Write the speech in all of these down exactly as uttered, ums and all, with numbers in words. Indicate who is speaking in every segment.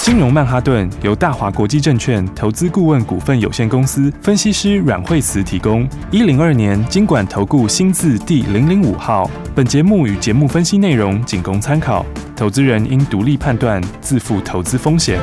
Speaker 1: 金融曼哈顿由大华国际证券投资顾问股份有限公司分析师阮惠慈提供。一零二年金管投顾新字第零零五号。本节目与节目分析内容仅供参考，投资人应独立判断，自负投资风险。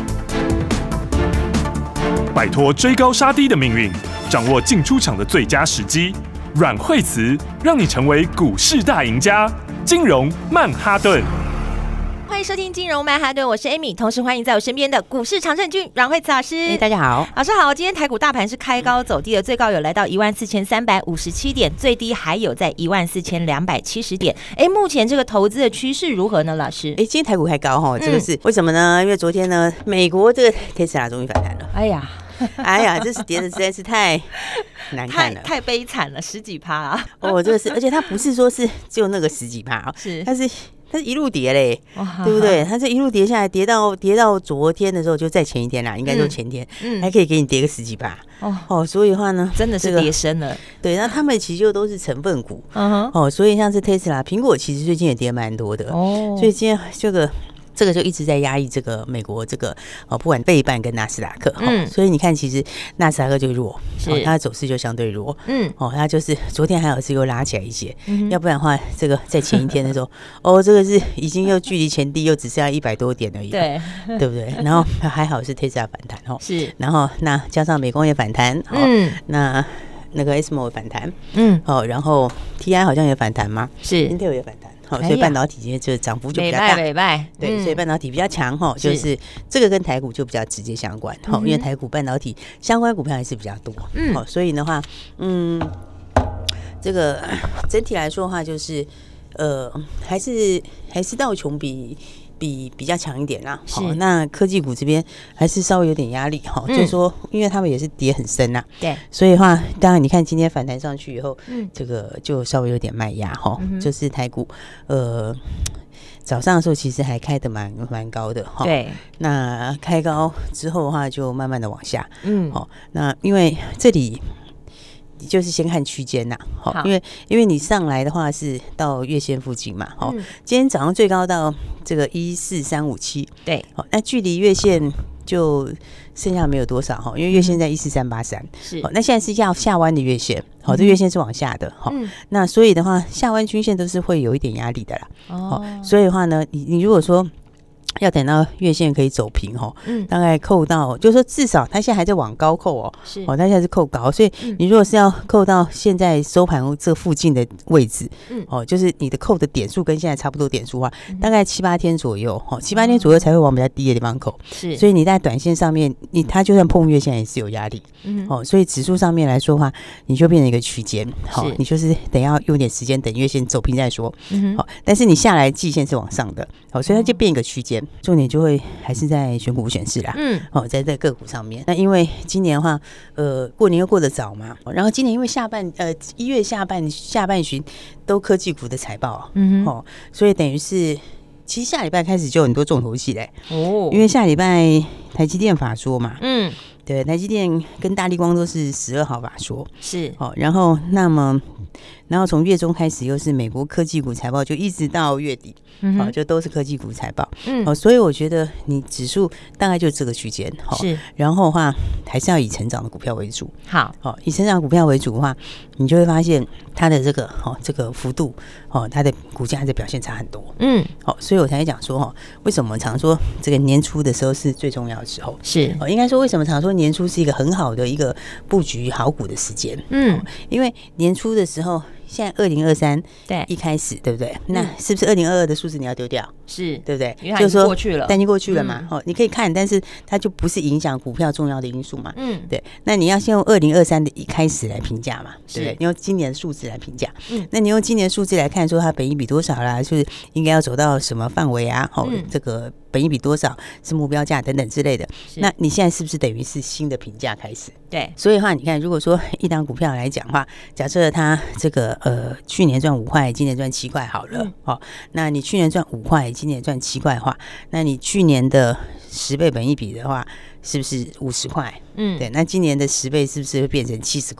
Speaker 1: 摆脱追高杀低的命运，掌握进出场的最佳时机。阮惠慈让你成为股市大赢家。金融曼哈顿。
Speaker 2: 欢迎收听金融曼哈顿，我是 Amy， 同时欢迎在我身边的股市常胜军阮惠慈老师。
Speaker 3: 欸、大家好，
Speaker 2: 老师好。今天台股大盘是开高走低的，最高有来到一万四千三百五十七点，最低还有在一万四千两百七十点。哎，目前这个投资的趋势如何呢？老师，
Speaker 3: 哎，今天台股开高哈，这个是、嗯、为什么呢？因为昨天呢，美国这个 Tesla 终于反弹了。
Speaker 2: 哎呀。
Speaker 3: 哎呀，这是跌的实在是太难看了，
Speaker 2: 太太悲惨了，十几趴啊！
Speaker 3: 哦，这个是，而且它不是说是只有那个十几趴啊，是它是它是一路跌嘞，对不对？它这一路跌下来，跌到跌到昨天的时候，就在前一天啦，应该说前天，嗯，还可以给你跌个十几趴哦哦，所以的话呢，
Speaker 2: 真的是跌深了。
Speaker 3: 对，那他们其实就都是成分股，嗯哦，所以像是 Tesla、苹果，其实最近也跌蛮多的哦，所以今天这个。这个就一直在压抑这个美国这个哦，不管费半跟纳斯达克，嗯，所以你看，其实纳斯达克就弱，是、哦、它的走势就相对弱，嗯，哦，它就是昨天还有是又拉起来一些，嗯、要不然的话，这个在前一天的时候，哦，这个是已经又距离前低又只剩下一百多点而已，
Speaker 2: 对，
Speaker 3: 对不对？然后还好是 Tesla 反弹哦，是，然后那加上美光也反弹，哦、嗯，那那个 A S M O 反弹，嗯，哦，然后 T I 好像也反弹吗？是 ，Intel 也反弹。好，所以半导体今天这个涨幅就比较大，
Speaker 2: 美拜
Speaker 3: 对、嗯，所以半导体比较强哈，就是这个跟台股就比较直接相关哈、嗯，因为台股半导体相关股票还是比较多，嗯，好，所以的话，嗯，这个整体来说的话，就是呃，还是还是道琼比。比比较强一点啦，好，那科技股这边还是稍微有点压力哈、嗯，就是说，因为他们也是跌很深呐，对，所以的话，当然你看今天反弹上去以后，嗯，这个就稍微有点卖压哈、嗯，就是台股，呃，早上的时候其实还开得蛮蛮高的哈，对，那开高之后的话就慢慢的往下，嗯，好，那因为这里。就是先看区间呐，好，因为因为你上来的话是到月线附近嘛，好、嗯，今天早上最高到这个一四三五七，对，好，那距离月线就剩下没有多少哈，因为月线在一四三八三，是，那现在是要下弯的月线，好，这月线是往下的，好、嗯，那所以的话，下弯均线都是会有一点压力的啦，哦，所以的话呢，你你如果说。要等到月线可以走平哦，嗯，大概扣到，就是说至少它现在还在往高扣哦，是哦，它现在是扣高，所以你如果是要扣到现在收盘这附近的位置，嗯，哦，就是你的扣的点数跟现在差不多点数的话，嗯、大概七八天左右，哦，七八天左右才会往比较低的地方扣，是，所以你在短线上面，你它就算碰月线也是有压力，嗯，哦，所以指数上面来说的话，你就变成一个区间，好、哦，你就是等要用点时间等月线走平再说，嗯，好、哦，但是你下来季线是往上的，好、哦，所以它就变一个区间。重点就会还是在选股选市啦，嗯，哦，在这个股上面。那因为今年的话，呃，过年又过得早嘛，然后今年因为下半呃一月下半下半旬都科技股的财报，嗯，哦，所以等于是其实下礼拜开始就有很多重头戏嘞，哦，因为下礼拜台积电法说嘛，嗯，对，台积电跟大立光都是十二号法说，是，哦，然后那么。然后从月中开始又是美国科技股财报，就一直到月底，嗯、哦，就都是科技股财报，嗯，哦，所以我觉得你指数大概就这个区间，哦，是，然后的话还是要以成长的股票为主，好，哦，以成长股票为主的话，你就会发现它的这个哦这个幅度，哦，它的股价的表现差很多，嗯，好、哦，所以我才讲说哈、哦，为什么常说这个年初的时候是最重要的时候，是，哦，应该说为什么常说年初是一个很好的一个布局好股的时间，嗯、哦，因为年初的时候。现在二零二三对一开始对不对？嗯、那是不是二零二二的数字你要丢掉？是，对不对？
Speaker 2: 因为它已经过去了，
Speaker 3: 但已经过去了嘛。嗯、哦，你可以看，但是它就不是影响股票重要的因素嘛。嗯，对。那你要先用二零二三的一开始来评价嘛，对不对？你用今年的数字来评价。嗯，那你用今年的数字来看，说它本益比多少啦？就是应该要走到什么范围啊？哦，嗯、这个本益比多少是目标价等等之类的。那你现在是不是等于是新的评价开始？对。所以的话，你看，如果说一档股票来讲的话，假设它这个。呃，去年赚五块，今年赚七块，好了，嗯，哦，那你去年赚五块，今年赚七块的话，那你去年的十倍本益比的话，是不是五十块？嗯，对，那今年的十倍是不是会变成七十块？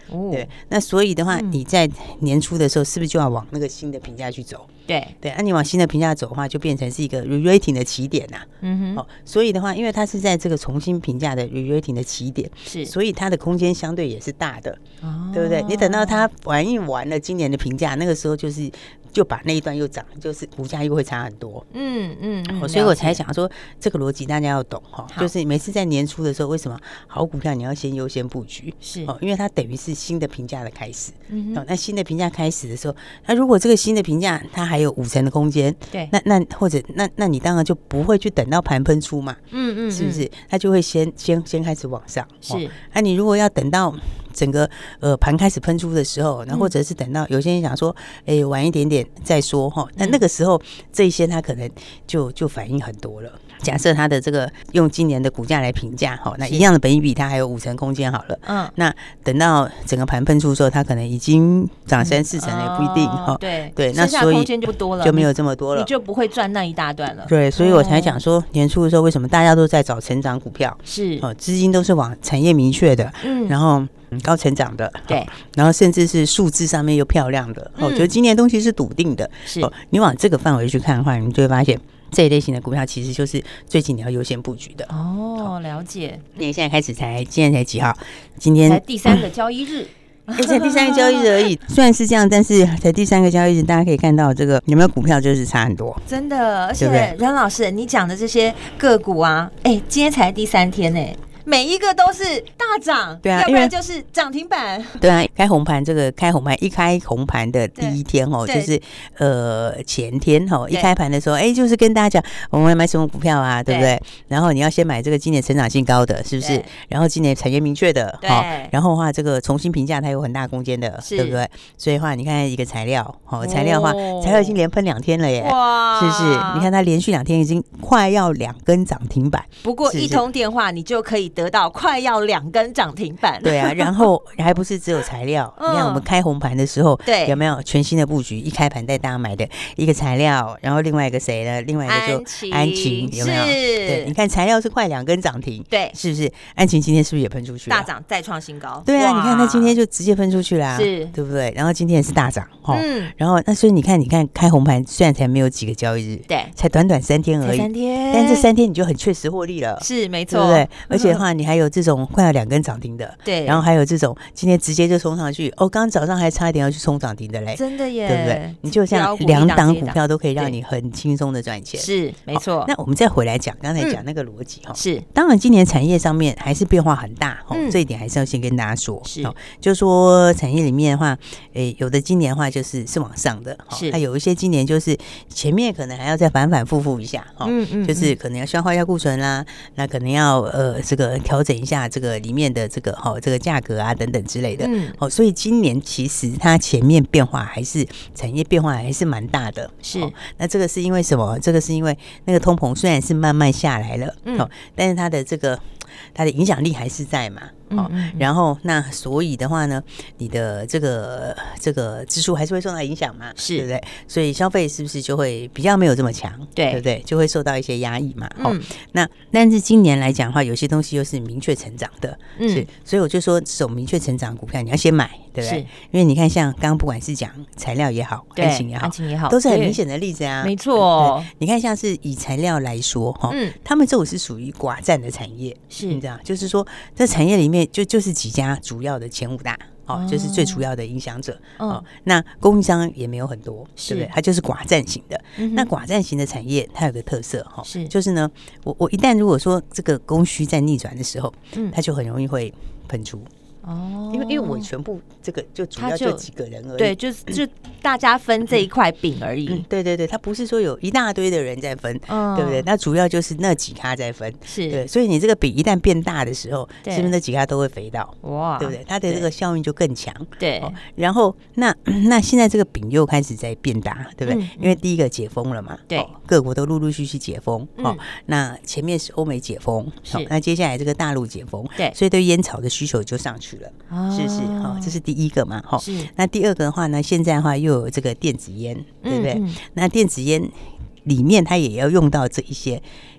Speaker 3: 哦、对，那所以的话、嗯，你在年初的时候是不是就要往那个新的评价去走？
Speaker 2: 对
Speaker 3: 对，那、啊、你往新的评价走的话，就变成是一个 re-rating 的起点呐、啊。嗯哼，哦，所以的话，因为它是在这个重新评价的 re-rating 的起点，
Speaker 2: 是，
Speaker 3: 所以它的空间相对也是大的，哦、对不对？你等到它反映完了今年的评价，那个时候就是就把那一段又涨，就是股价又会差很多。嗯嗯嗯、哦，所以我才想说这个逻辑大家要懂哈、哦，就是每次在年初的时候，为什么好股票你要先优先布局？是哦，因为它等于是新的评价的开始。嗯、哦，那新的评价开始的时候，那如果这个新的评价它还有五成的空间，对，那那或者那那你当然就不会去等到盘喷出嘛，嗯嗯，是不是？它就会先先先开始往上，是。那、哦啊、你如果要等到整个呃盘开始喷出的时候，那或者是等到有些人想说，哎、欸，晚一点点再说哈，那那个时候这一些它可能就就反应很多了。假设它的这个用今年的股价来评价哈，那一样的本益比它还有五成空间好了，嗯，那等到整个盘喷出的时候，它可能已经涨三四成了，也不一定哈、嗯哦。对对，那所以
Speaker 2: 空间就不多了，
Speaker 3: 就没有这么多了，
Speaker 2: 你就不会赚那一大段了。
Speaker 3: 对，所以我才讲说年初的时候，为什么大家都在找成长股票？是哦，资金都是往产业明确的，嗯，然后高成长的，对，然后甚至是数字上面又漂亮的，嗯、哦，觉得今年东西是笃定的，是哦，你往这个范围去看的话，你就会发现。这一类型的股票其实就是最近你要优先布局的
Speaker 2: 哦，了解。
Speaker 3: 你现在开始才，今天才几号？今天
Speaker 2: 才第三个交易日，
Speaker 3: 而且第三个交易日而已。虽然是这样，但是才第三个交易日，大家可以看到这个有没有股票就是差很多，
Speaker 2: 真的。而且阮老师，你讲的这些个股啊，哎、欸，今天才第三天呢、欸。每一个都是大涨，对啊，要不然就是涨停板。
Speaker 3: 对啊，开红盘这个开红盘一开红盘的第一天哦，就是呃前天哦，一开盘的时候，哎，就是跟大家讲我们要买什么股票啊，对不对？然后你要先买这个今年成长性高的，是不是？然后今年产业明确的，好，然后的话这个重新评价它有很大空间的，对不对？所以的话你看一个材料，好，材料的话，材料已经连喷两天了耶，哇，是不是？你看它连续两天已经快要两根涨停板，
Speaker 2: 不过一通电话你就可以得到快要两根涨停板，
Speaker 3: 对啊，然后还不是只有材料，嗯、你看我们开红盘的时候，对，有没有全新的布局？一开盘带大家买的一个材料，然后另外一个谁呢？另外一个就安晴，有没有？对，你看材料是快两根涨停，对，是不是？安晴今天是不是也喷出去了？
Speaker 2: 大涨再创新高，
Speaker 3: 对啊，你看它今天就直接喷出去啦，是，对不对？然后今天也是大涨，嗯，然后那所以你看，你看开红盘虽然才没有几个交易日，对，才短短三天而已，三天，但这三天你就很确实获利了，
Speaker 2: 是没错，
Speaker 3: 对不对？而且的话，你还有这种快要两根涨停的，对，然后还有这种今天直接就冲上去，哦，刚刚早上还差一点要去冲涨停的嘞，
Speaker 2: 真的耶，
Speaker 3: 对不对？你就像两档股票都可以让你很轻松的赚钱，
Speaker 2: 是没错。
Speaker 3: 那我们再回来讲刚才讲那个逻辑哈，是当然今年产业上面还是变化很大哈，这一点还是要先跟大家说，是就是说产业里面的话，诶，有的今年的话就是是往上的，是它有一些今年就是前面可能还要再反反复复一下，嗯嗯，就是可能要消化一下库存啦，那可能要呃这个调整一下这个里面的这个哈、哦、这个价格啊等等之类的，嗯，哦，所以今年其实它前面变化还是产业变化还是蛮大的，是、哦。那这个是因为什么？这个是因为那个通膨虽然是慢慢下来了，嗯，哦，但是它的这个它的影响力还是在嘛。好、哦，然后那所以的话呢，你的这个这个支出还是会受到影响嘛，是对不对？所以消费是不是就会比较没有这么强，对对不对？就会受到一些压抑嘛。嗯、哦，那但是今年来讲的话，有些东西又是明确成长的，嗯，是，所以我就说这种明确成长股票你要先买，对不对？因为你看像刚刚不管是讲材料也好，安晴也好，安晴也好，都是很明显的例子啊，
Speaker 2: 没错。
Speaker 3: 你看像是以材料来说，哈、哦，嗯，他们这种是属于寡占的产业，是你知道，就是说在产业里面。就就是几家主要的前五大哦，就是最主要的影响者哦。那供应商也没有很多，对不对？它就是寡占型的。嗯、那寡占型的产业，它有个特色哈，是就是呢，我我一旦如果说这个供需在逆转的时候，嗯，它就很容易会喷出。哦，因为因为我全部这个就主要就几个人而已，
Speaker 2: 对，就是就大家分这一块饼而已、嗯。
Speaker 3: 对对对，它不是说有一大堆的人在分，嗯、对不对？那主要就是那几咖在分，是对，所以你这个饼一旦变大的时候，是不是那几咖都会肥到？哇，对不对？它的这个效应就更强。对、哦，然后那那现在这个饼又开始在变大，对不对？嗯、因为第一个解封了嘛，对、哦，各国都陆陆续续解封，嗯、哦，那前面是欧美解封，是、哦，那接下来这个大陆解封，对，所以对烟草的需求就上去了。是是哈、哦，这是第一个嘛哈。是。那第二个的话呢，现在的话又有这个电子烟，对不对？嗯嗯、那电子烟里面它也要用到这一些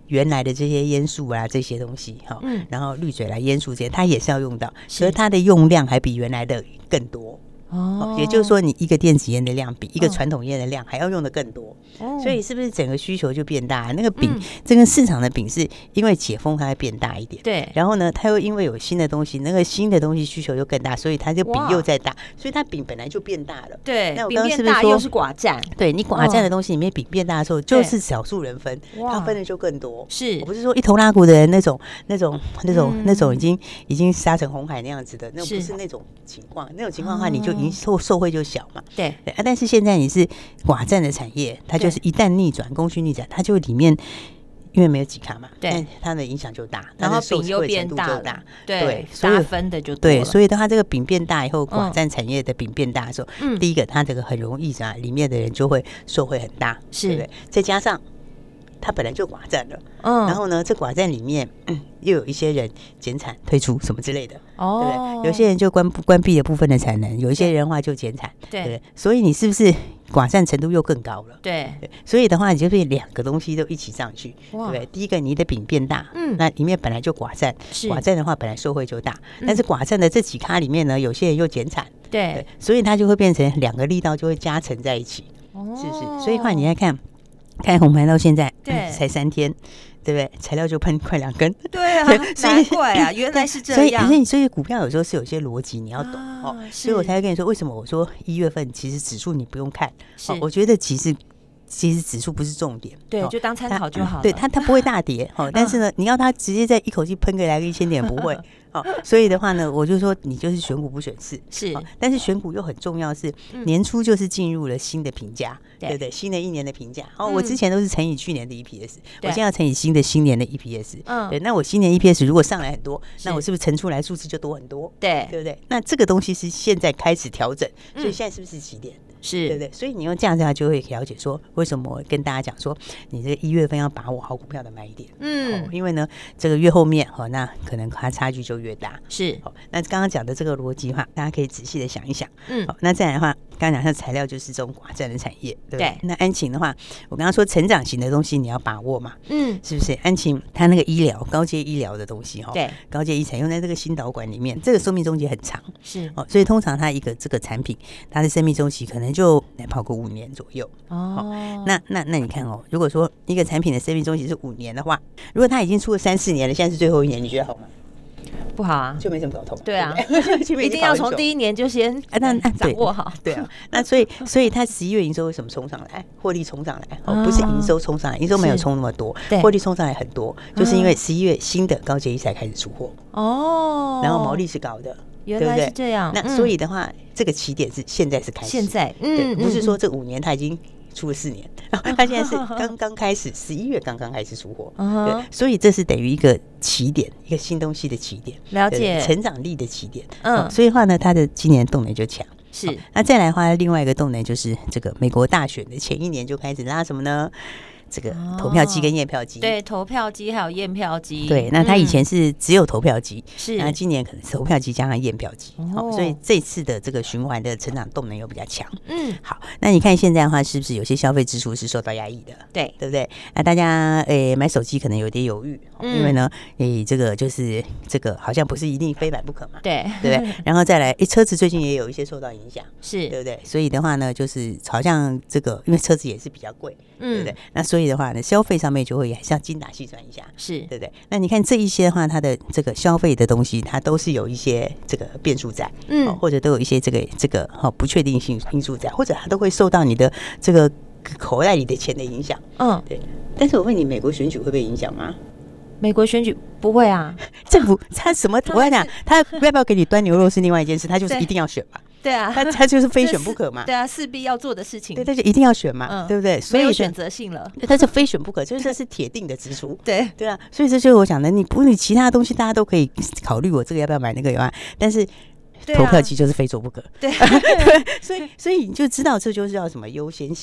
Speaker 3: 原来的这些烟素啊这些东西哈，嗯，然后滤嘴来烟素这些，它也是要用到，可是它的用量还比原来的更多。哦，也就是说，你一个电子烟的量比一个传统烟的量还要用的更多，哦，所以是不是整个需求就变大？那个饼，嗯，这个市场的饼是因为解封它会变大一点，
Speaker 2: 对。
Speaker 3: 然后呢，它又因为有新的东西，那个新的东西需求又更大，所以它这饼又在大，所以它饼本来就变大了。
Speaker 2: 对，
Speaker 3: 那我刚刚是不
Speaker 2: 是说又
Speaker 3: 是
Speaker 2: 是寡占？
Speaker 3: 对，你寡占的东西里面饼变大的时候，就是少数人分，他分的就更多。
Speaker 2: 是，
Speaker 3: 我不是说一头拉骨的人那种、那种、那种、嗯、那种已经已经杀成红海那样子的，那种不是那种情况。那种情况的话，你就已经受受惠就小嘛。
Speaker 2: 对
Speaker 3: 对啊，但是现在你是寡占的产业，它就是一旦逆转，供需逆转，它就里面因为没有几卡嘛，
Speaker 2: 对，
Speaker 3: 它的影响就大，
Speaker 2: 然后饼又变大了，
Speaker 3: 大
Speaker 2: 对，
Speaker 3: 对，
Speaker 2: 所以分的就多
Speaker 3: 对，所以当它这个饼变大以后，寡占
Speaker 2: 嗯
Speaker 3: 产业的饼变大的时候，嗯，第一个它这个很容易啊，里面的人就会受惠很大，
Speaker 2: 是，
Speaker 3: 对不对？再加上它本来就寡占了，嗯，然后呢，这寡占里面、嗯、又有一些人减产、退出什么之类的，哦，对不对？有些人就关关闭了部分的产能，有一些人的话就减产，对， 对，所以你是不是寡占程度又更高了？
Speaker 2: 对，
Speaker 3: 对，所以的话，你就会两个东西都一起上去，对不对？第一个，你的饼变大，嗯，那里面本来就寡占，寡占的话本来受惠就大，嗯、但是寡占的这几咖里面呢，有些人又减产，
Speaker 2: 对，
Speaker 3: 对，所以它就会变成两个力道就会加成在一起，哦，是不是？所以的话，你来看。看红盘到现在，对，才三天，对不对？材料就喷快两根，
Speaker 2: 对啊，难怪啊，原来是这样。
Speaker 3: 所以，所以股票有时候是有些逻辑，你要懂、啊、哦。所以我才会跟你说，为什么我说一月份其实指数你不用看，哦，我觉得其实。其实指数不是重点，
Speaker 2: 对，就当参考就好了。
Speaker 3: 对它，它不会大跌，哦，但是呢，你要它直接在一口气喷个来个一千点，不会，哦，所以的话呢，我就说你就是选股不选市，
Speaker 2: 是，
Speaker 3: 但是选股又很重要，是年初就是进入了新的评价，对不对？新的一年的评价，哦，我之前都是乘以去年的 E P S， 我现在要乘以新的新年的 E P S， 嗯，对，那我新年 E P S 如果上来很多，那我是不是乘出来数字就多很多？
Speaker 2: 对，
Speaker 3: 对不对？那这个东西是现在开始调整，所以现在是不是起点？
Speaker 2: 是，
Speaker 3: 对不对？所以你用这样子，就会了解说，为什么我跟大家讲说，你这个一月份要把握好股票的买点，嗯、哦，因为呢，这个越后面，哦，那可能它差距就越大。
Speaker 2: 是，
Speaker 3: 哦，那刚刚讲的这个逻辑的话，大家可以仔细的想一想，嗯，好、哦，那再来的话，刚刚讲它材料就是这种寡占的产业，对不对？对，那安勤的话，我刚刚说成长型的东西你要把握嘛，嗯，是不是？安勤它那个医疗高阶医疗的东西，哈、哦，对，高阶医材用在这个心导管里面，这个寿命周期很长，是，哦，所以通常它一个这个产品，它的生命周期可能就来跑个五年左右哦。那那那你看哦，如果说一个产品的生命周期是五年的话，如果它已经出了三四年了，现在是最后一年，你觉得好吗？
Speaker 2: 不好啊，
Speaker 3: 就没什么搞头。
Speaker 2: 对啊，一定要从第一年就先掌握好。
Speaker 3: 对啊，那所以所以它十一月营收为什么冲上来？获利冲上来，哦，不是营收冲上来，营收没有冲那么多，获利冲上来很多，就是因为十一月新的高阶医材开始出货哦，然后毛利是高的。
Speaker 2: 原来是这样，
Speaker 3: 那所以的话，嗯、这个起点是现在是开始，
Speaker 2: 现在，
Speaker 3: 嗯，不是说这五年他已经出了四年，嗯、他现在是刚刚开始，十一月刚刚开始出货，嗯、对，所以这是等于一个起点，一个新东西的起点，
Speaker 2: 了解，
Speaker 3: 成长力的起点，嗯，哦、所以的话呢，它的今年动能就强，
Speaker 2: 是，哦，
Speaker 3: 那再来的话，另外一个动能就是这个美国大选的前一年就开始拉什么呢？这个投票机跟验票机，
Speaker 2: 哦，对，投票机还有验票机，
Speaker 3: 对，那他以前是只有投票机，
Speaker 2: 是，
Speaker 3: 那今年可能投票机加上验票机，哦，所以这次的这个循环的成长动能又比较强。嗯，好，那你看现在的话，是不是有些消费支出是受到压抑的？
Speaker 2: 对，
Speaker 3: 对不对？那大家诶买手机可能有点犹豫，嗯，因为呢，诶这个就是这个好像不是一定非买不可嘛，
Speaker 2: 对，
Speaker 3: 对不对？然后再来，诶车子最近也有一些受到影响，
Speaker 2: 是
Speaker 3: 对不对？所以的话呢，就是好像这个因为车子也是比较贵，嗯，对不对？那所以的话呢，消费上面就会还是要精打细算一下，是对不对？那你看这一些的话，它的这个消费的东西，它都是有一些这个变数在，嗯，或者都有一些这个这个哈不确定性因素在，或者它都会受到你的这个口袋里的钱的影响，嗯，对。但是我问你，美国选举会被影响吗？
Speaker 2: 美国选举不会啊，
Speaker 3: 政府他什么？我跟你讲，他要不要给你端牛肉是另外一件事，他就是一定要选嘛。
Speaker 2: 对啊，
Speaker 3: 他他就是非选不可嘛。
Speaker 2: 对啊，势必要做的事情。
Speaker 3: 对，他就一定要选嘛，嗯、对不对？所以
Speaker 2: 没有选择性了。
Speaker 3: 他是非选不可，就是这是铁定的支出。
Speaker 2: 对
Speaker 3: 对啊，所以这就是我讲的，你不你其他东西大家都可以考虑，我这个要不要买那个以外，但是投票机就是非做不可。对，所以所以你就知道这就是要什么优先性。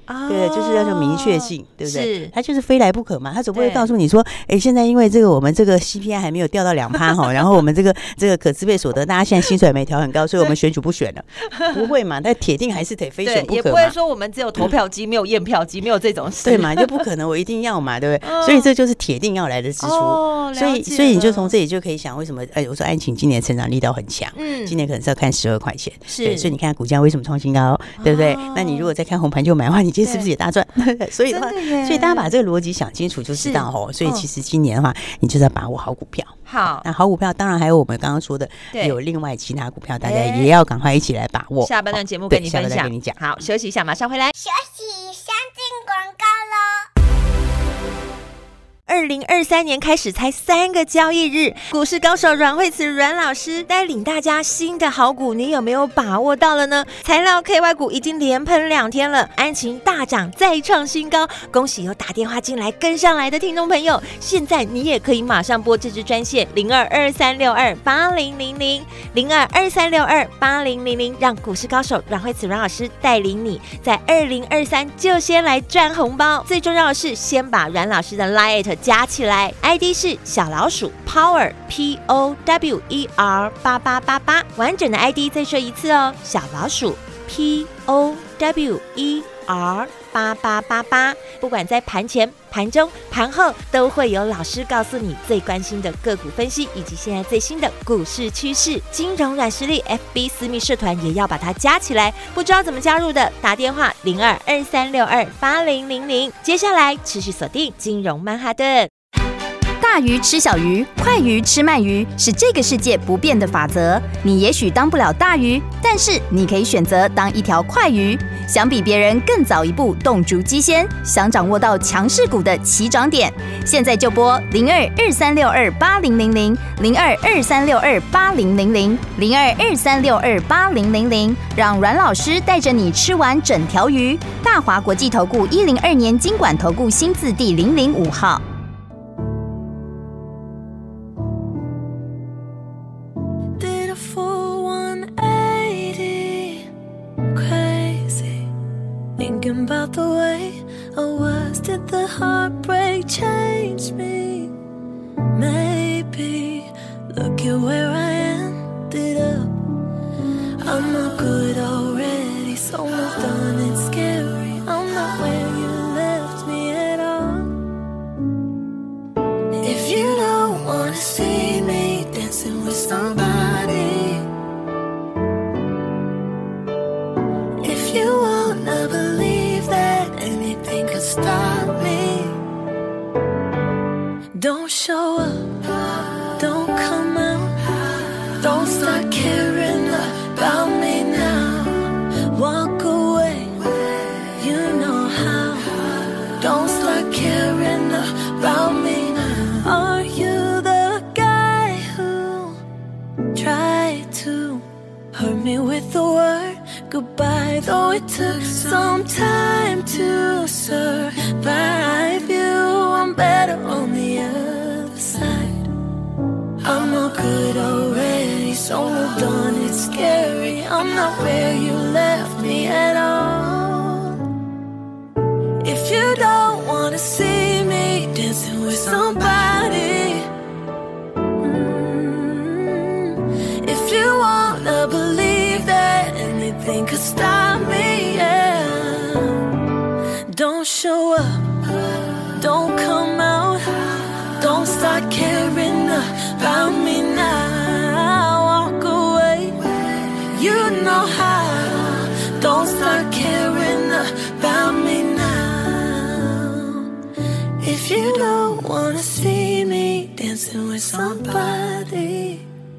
Speaker 3: 哦、对，就是叫做明确性，对不对？
Speaker 2: 是，
Speaker 3: 它就是非来不可嘛，它总不会告诉你说，哎，现在因为这个我们这个 C P I 还没有掉到两趴哈，然后我们这个这个可支配所得，大家现在薪水还没调很高，所以我们选举不选了，不会嘛？但铁定还是得非选不可嘛，
Speaker 2: 也不会说我们只有投票机、嗯、没有验票机，没有这种事，
Speaker 3: 对嘛？就不可能，我一定要嘛，对不对？哦、所以这就是铁定要来的支出，
Speaker 2: 哦、
Speaker 3: 所以所以你就从这里就可以想，为什么？哎，我说安勤今年成长力道很强，嗯，今年可能是要看十二块钱，
Speaker 2: 是，
Speaker 3: 所以你看股价为什么创新高，对不对？哦、那你如果再看红盘就买的话，你今天是不是也大赚？所以的话，所以大家把这个逻辑想清楚就知道哦。所以其实今年的话，你就是要把握好股票。
Speaker 2: 好，
Speaker 3: 那好股票当然还有我们刚刚说的，有另外其他股票，大家也要赶快一起来把握。
Speaker 2: 下半段节目跟你分享，
Speaker 3: 跟你讲。
Speaker 2: 好，休息一下，马上回来。
Speaker 4: 休息，先进广告喽。
Speaker 2: 二零二三年开始才三个交易日，股市高手阮慧慈阮老师带领大家新的好股，你有没有把握到了呢？材料 K Y 股已经连喷两天了，安勤大涨再创新高，恭喜有打电话进来跟上来的听众朋友，现在你也可以马上拨这支专线零二二三六二八零零零零二二三六二八零零零，让股市高手阮慧慈阮老师带领你在二零二三就先来赚红包。最重要的是，先把阮老师的 Line 加起来 ，I D 是小老鼠 Power P O W E R 八八八八，完整的 I D 再说一次哦，小老鼠 P O W E R 八八八八。不管在盘前、盘中、盘后，都会有老师告诉你最关心的个股分析，以及现在最新的股市趋势。金融软实力 F B 私密社团也要把它加起来，不知道怎么加入的，打电话零二二三六二八零零零。接下来持续锁定金融曼哈顿。
Speaker 5: 大鱼吃小鱼，快鱼吃慢鱼，是这个世界不变的法则。你也许当不了大鱼，但是你可以选择当一条快鱼。想比别人更早一步动足机先，想掌握到强势股的起涨点，现在就拨零二二三六二八零零零零二二三六二八零零零零二二三六二八零零零，让阮老师带着你吃完整条鱼。大华国际投顾一零二年金管投顾新字第零零五号。
Speaker 6: Thinking about the way I was, did the heartbreak change me? Maybe, look at where I ended up. I'm not good already, so moved on, it's scary. I'm not where you left me at all. If you don't wanna see me dancing with somebody, if you wanna believe that anything could stop me, don't show up, don't come out, don't start caring about me now. Walk away, you know how. Don't start caring about me now. Are you the guy who tried to hurt me with the word goodbye, though it took some time to survive you? I'm better on the other side. I'm not good already, so moved on, it's scary. I'm not where you left me at all. If you don't wanna see me dancing with somebody, mm, if you wanna believe that anything could stop me, yeah, don't show up, don't come out, don't start caring about me now. Walk away, you know how. Don't start caring about me now. If you don't wanna see me dancing with somebody.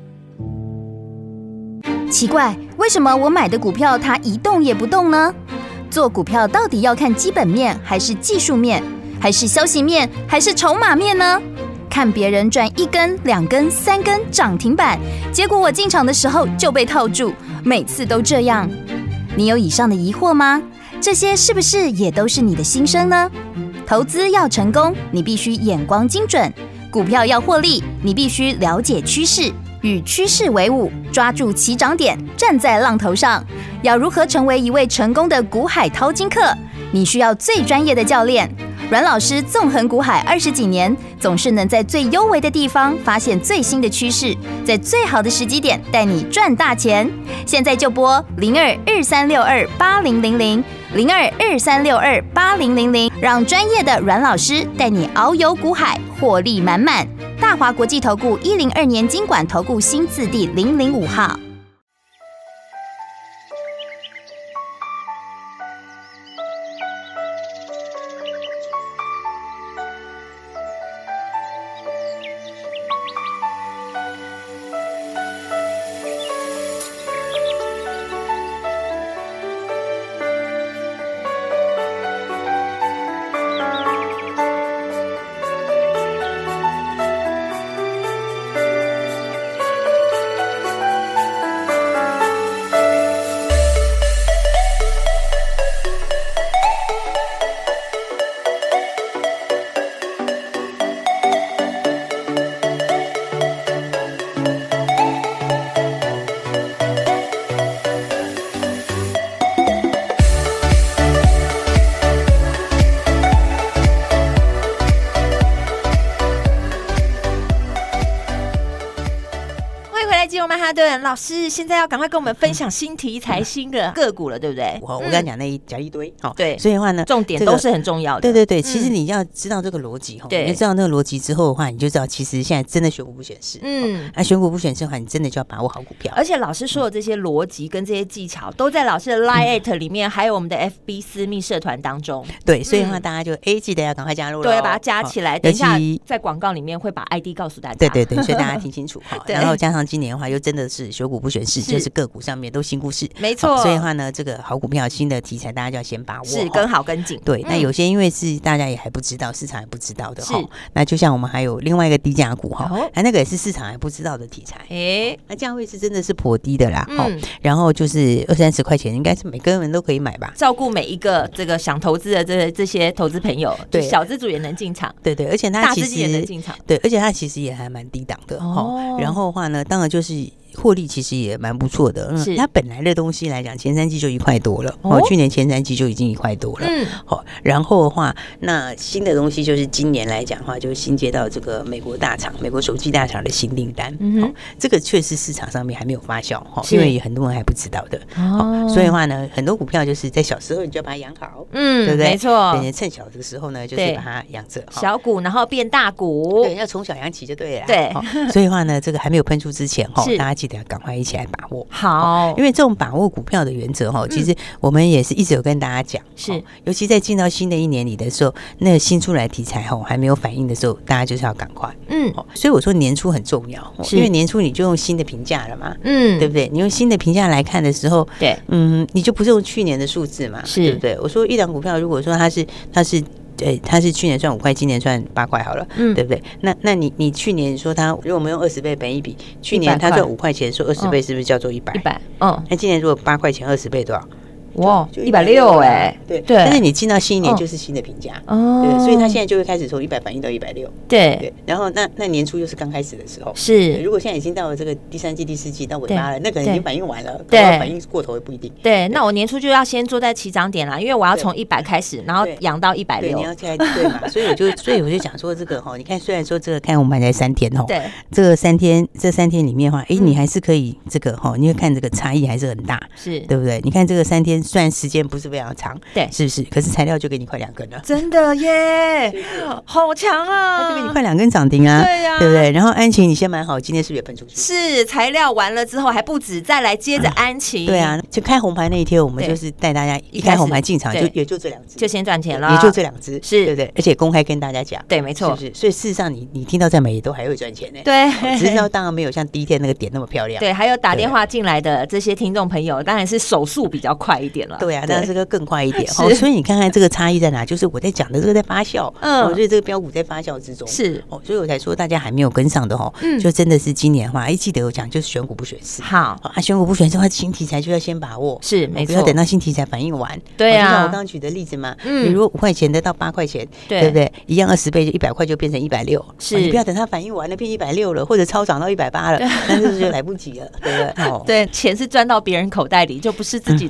Speaker 5: 奇怪，为什么我买的股票它一动也不动呢？做股票到底要看基本面，还是技术面，还是消息面，还是筹码面呢？看别人赚一根、两根、三根涨停板，结果我进场的时候就被套住，每次都这样。你有以上的疑惑吗？这些是不是也都是你的心声呢？投资要成功，你必须眼光精准；股票要获利，你必须了解趋势，与趋势为伍，抓住起涨点，站在浪头上。要如何成为一位成功的股海淘金客？ 你需要最专业的教练。阮老师纵横股海二十几年，总是能在最优微的地方发现最新的趋势，在最好的时机点带你赚大钱。现在就拨零二二三六二八零零零零二二三六二八零零零，让专业的阮老师带你遨游股海，获利满满。大华国际投顾一零二年金管投顾新字第零零五号。
Speaker 2: 老师现在要赶快跟我们分享新题材、新的个股了，对不对？
Speaker 3: 我我刚才讲那一讲一堆，好，
Speaker 2: 对，
Speaker 3: 所以的话呢，
Speaker 2: 重点都是很重要的。
Speaker 3: 对对对，其实你要知道这个逻辑哈，
Speaker 2: 对，
Speaker 3: 你知道那个逻辑之后的话，你就知道其实现在真的选股不选市，嗯，那选股不选市的话，你真的就要把握好股票。
Speaker 2: 而且老师说的这些逻辑跟这些技巧，都在老师的 Line 里面，还有我们的 F B 私密社团当中。
Speaker 3: 对，所以的话，大家就哎记得要赶快加入了，
Speaker 2: 对，要把它加起来。等一下在广告里面会把 I D 告诉大家。
Speaker 3: 对对对，所以大家听清楚哈。然后加上今年的话，又真的是选股不选市，就是个股上面都新故事，
Speaker 2: 没错。
Speaker 3: 所以的话呢，这个好股票、新的题材，大家就要先把握，
Speaker 2: 是跟好跟紧。
Speaker 3: 对，那有些因为是大家也还不知道，市场还不知道的哈。那就像我们还有另外一个低价股哈，那那个也是市场还不知道的题材。哎，那价位是真的是颇低的啦。哈，然后就是二三十块钱，应该是每个人都可以买吧？
Speaker 2: 照顾每一个这个想投资的这这些投资朋友，对，小资主也能进场，
Speaker 3: 对对，而且它
Speaker 2: 大资金也能进场，
Speaker 3: 对，而且它其实也还蛮低档的哈。然后的话呢，当然就是。获利其实也蛮不错的，嗯，它本来的东西来讲，前三季就一块多了，哦，去年前三季就已经一块多了，嗯，好，然后的话，那新的东西就是今年来讲的话，就是新接到这个美国大厂、美国手机大厂的新订单，嗯，哦，这个确实市场上面还没有发酵，哈，因为很多人还不知道的，哦，所以的话呢，很多股票就是在小时候你就要把它养好，嗯，对不对？没错，对，趁小的时候呢，就是把它养着，
Speaker 2: 小股然后变大股，
Speaker 3: 对，要从小养起就对了，
Speaker 2: 对，
Speaker 3: 所以的话呢，这个还没有喷出之前，哈，大家记得要赶快一起来把握
Speaker 2: 好，
Speaker 3: 因为这种把握股票的原则哈，其实我们也是一直有跟大家讲，是尤其在进到新的一年里的时候，那个新出来题材哈还没有反应的时候，大家就是要赶快，嗯，所以我说年初很重要，因为年初你就用新的评价了嘛，嗯，对不对？你用新的评价来看的时候，对，嗯，你就不是用去年的数字嘛，是对不对？我说一档股票，如果说它是它是。对，它是去年赚五块，今年赚八块好了，嗯，对不对？那那你你去年说它，如果我们用二十倍本益比，去年它赚五块钱，说二十倍是不是叫做一百？一百，嗯。那今年如果八块钱二十倍多少？
Speaker 2: 哇，一百六哎，
Speaker 3: 对对。但是你进到新一年就是新的评价哦，对，所以它现在就会开始从一百反映到一百六，对对。然后那那年初又是刚开始的时候，是。如果现在已经到了这个第三季、第四季到尾巴了，那可能已经反应完了，对，反应过头也不一定。
Speaker 2: 对，那我年初就要先坐在起涨点啦，因为我要从一百开始，然后养到一百六，
Speaker 3: 你要现在对嘛？所以我就所以我就讲说这个哈，你看虽然说这个看我们还才三天哈，对，这个三天这三天里面的话，哎，你还是可以这个哈，你会看这个差异还是很大，是对不对？你看这个三天。虽然时间不是非常长，对，是不是？可是材料就给你快两根了，
Speaker 2: 真的耶，好强啊！
Speaker 3: 它就给你快两根涨停啊，对呀、啊，对不对？然后安晴你先买好，今天是不是也喷出去？
Speaker 2: 是材料完了之后还不止，再来接着安晴、嗯。
Speaker 3: 对啊，就开红盘那一天，我们就是带大家一开红盘进场，就也就这两只，
Speaker 2: 就先赚钱了，
Speaker 3: 也就这两只，是对不对？而且公开跟大家讲，
Speaker 2: 对，没错，
Speaker 3: 是不是？所以事实上你，你你听到再买也都还会赚钱呢。
Speaker 2: 对，
Speaker 3: 只是当然没有像第一天那个点那么漂亮。
Speaker 2: 对，还有打电话进来的这些听众朋友，当然是手速比较快一点了。
Speaker 3: 对啊，当然这个更快一点。哦，所以你看看这个差异在哪？就是我在讲的这个在发酵，嗯，所以这个标股在发酵之中是哦，所以我才说大家还没有跟上的哦，嗯，就真的是今年的话，哎，记得我讲就是选股不选市，好啊，选股不选市的话，新题材就要先把握，是没错，不要等到新题材反应完，对啊，就像我刚刚举的例子嘛，嗯，你如果五块钱的到八块钱，对不对？一样二十倍就一百块就变成一百六，是你不要等它反应完了变一百六了，或者超涨到一百八了，那这就来不及了，对不对？哦，
Speaker 2: 对，钱是赚到别人口袋里，就不是自己的口袋里。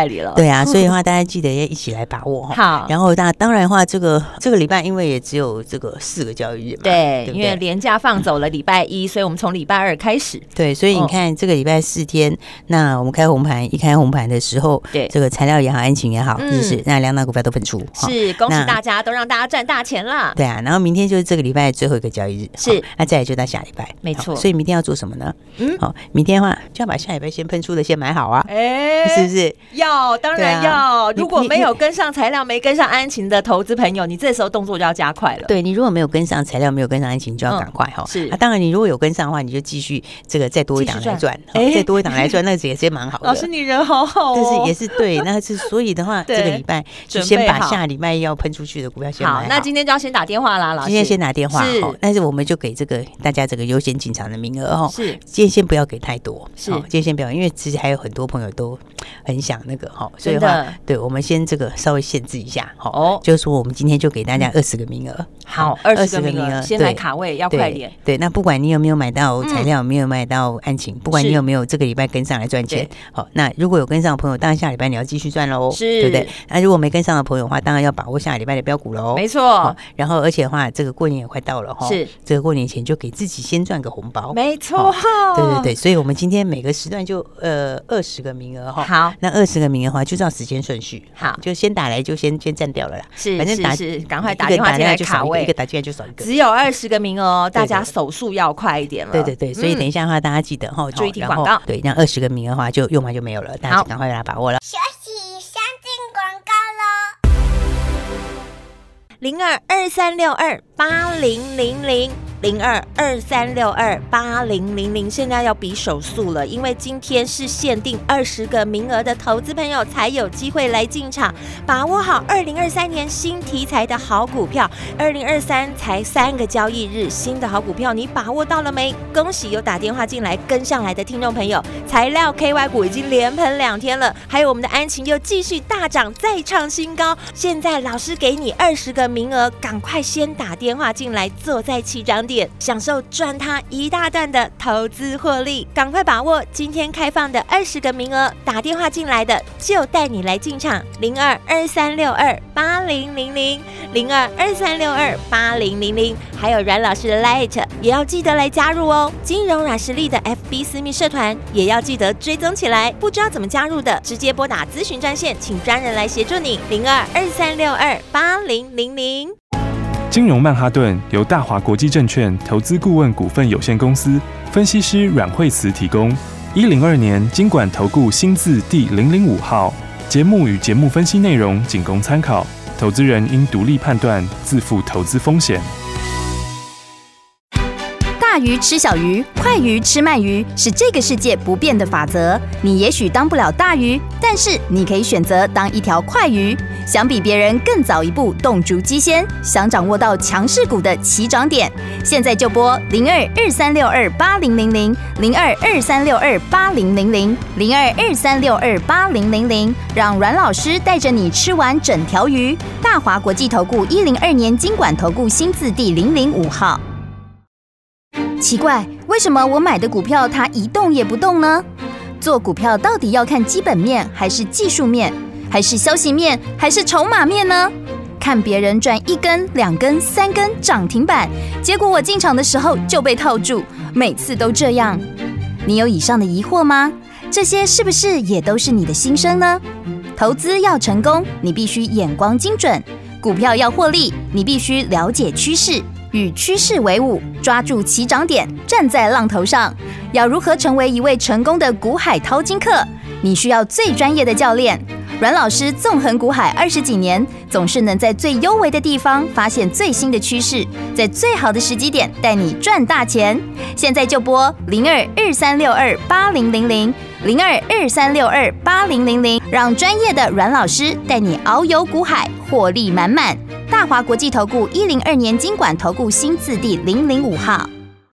Speaker 2: 里了。
Speaker 3: 对啊，所以的话大家记得要一起来把握哈。
Speaker 2: 好，
Speaker 3: 然后大当然的话，这个这个礼拜因为也只有这个四个交易日嘛，
Speaker 2: 对，
Speaker 3: 对不对，
Speaker 2: 因为连假放走了礼拜一，所以我们从礼拜二开始。
Speaker 3: 对，所以你看这个礼拜四天，那我们开红盘，一开红盘的时候，
Speaker 2: 对，
Speaker 3: 这个材料也好，安晴也好，
Speaker 2: 嗯
Speaker 3: 是不是？那两档股票都喷出，
Speaker 2: 是恭喜大家，都让大家赚大钱啦。
Speaker 3: 对啊，然后明天就是这个礼拜最后一个交易日，
Speaker 2: 是，
Speaker 3: 那再来就到下礼拜，
Speaker 2: 没错。
Speaker 3: 所以明天要做什么呢？
Speaker 2: 嗯，
Speaker 3: 好，明天的话就要把下礼拜先喷出的先买好啊，
Speaker 2: 哎，
Speaker 3: 是不是？
Speaker 2: 要，当然要。如果没有跟上材料，没跟上安晴的投资朋友，你这时候动作就要加快了。
Speaker 3: 对，你如果没有跟上材料，没有跟上安晴，就要赶快哈。是啊，当然你如果有跟上的话，你就继续这个再多一档来赚，再多一档来赚，那也是蛮好的。
Speaker 2: 老师，你人好好哦。
Speaker 3: 但是也是对，那是所以的话，这个礼拜就先把下礼拜要喷出去的股票先买好。
Speaker 2: 好，那今天就要先打电话啦，老师。
Speaker 3: 今天先打电话哈，但是我们就给这个大家这个优先进场的名额哈。
Speaker 2: 是，
Speaker 3: 今天先不要给太多，
Speaker 2: 是，
Speaker 3: 今天先不要，因为其实还有很多朋友都很想那个哈，所以的话，对我们先这个稍微限制一下哈。哦，就是说我们今天就给大家二十个名额。
Speaker 2: 好，二十个名额，先来卡位，要快点。
Speaker 3: 对，那不管你有没有买到材料，没有买到安晴，不管你有没有这个礼拜跟上来赚钱，好，那如果有跟上的朋友，当然下礼拜你要继续赚喽，对不对？那如果没跟上的朋友的话，当然要把握下礼拜的标股喽。
Speaker 2: 没错。
Speaker 3: 然后而且的话，这个过年也快到了哈，
Speaker 2: 是
Speaker 3: 这个过年前就给自己先赚个红包。
Speaker 2: 没错。
Speaker 3: 对对对，所以我们今天每个时段就呃二十个名额哈。
Speaker 2: 好，
Speaker 3: 那二十个名额的话，就照时间顺序，
Speaker 2: 好，
Speaker 3: 就先打来就先先占掉了啦。
Speaker 2: 是，
Speaker 3: 反正打
Speaker 2: 是赶快打电话进来卡位，
Speaker 3: 一个打进来就少一个。
Speaker 2: 只有二十个名额，大家手速要快一点了。
Speaker 3: 对对对，所以等一下的话，大家记得哈，
Speaker 2: 注意听广告。
Speaker 3: 对，那二十个名额的话，就用完就没有了，大家赶快来把握了。
Speaker 4: 休息，先进广告喽。
Speaker 2: 零二二三六二八零零零。零二二三六二八零零零，现在要比手速了，因为今天是限定二十个名额的投资朋友才有机会来进场，把握好二零二三年新题材的好股票。二零二三才三个交易日，新的好股票你把握到了没？恭喜有打电话进来跟上来的听众朋友，材料 K Y 股已经连喷两天了，还有我们的安晴又继续大涨，再创新高。现在老师给你二十个名额，赶快先打电话进来，坐在起涨点。享受赚它一大段的投资获利，赶快把握今天开放的二十个名额，打电话进来的就带你来进场。零二二三六二八零零零，零二二三六二八零零零，还有阮老师的 Light 也要记得来加入哦。金融软实力的 F B 私密社团也要记得追踪起来。不知道怎么加入的，直接拨打咨询专线，请专人来协助你。零二二三六二八零零零。
Speaker 1: 金融曼哈顿由大华国际证券投资顾问股份有限公司分析师阮惠慈提供。一零二年金管投顾新字第零零五号。节目与节目分析内容仅供参考，投资人应独立判断，自负投资风险。
Speaker 5: 大鱼吃小鱼，快鱼吃慢鱼，是这个世界不变的法则。你也许当不了大鱼，但是你可以选择当一条快鱼。想比别人更早一步动足机先，想掌握到强势股的起涨点，现在就拨零二二三六二八零零零零二二三六二八零零零零二二三六二八零零零，让阮老师带着你吃完整条鱼。大华国际投顾一零二年金管投顾新字第零零五号。奇怪，为什么我买的股票它一动也不动呢？做股票到底要看基本面还是技术面？还是消息面，还是筹码面呢？看别人赚一根、两根、三根涨停板，结果我进场的时候就被套住，每次都这样。你有以上的疑惑吗？这些是不是也都是你的心声呢？投资要成功，你必须眼光精准；股票要获利，你必须了解趋势，与趋势为伍，抓住起涨点，站在浪头上。要如何成为一位成功的股海淘金客？你需要最专业的教练。阮老师纵横股海二十几年，总是能在最优微的地方发现最新的趋势，在最好的时机点带你赚大钱。现在就拨零二二三六二八零零零零二二三六二八零零零，让专业的阮老师带你遨游股海，获利满满。大华国际投顾一零二年金管投顾新字第零零五号。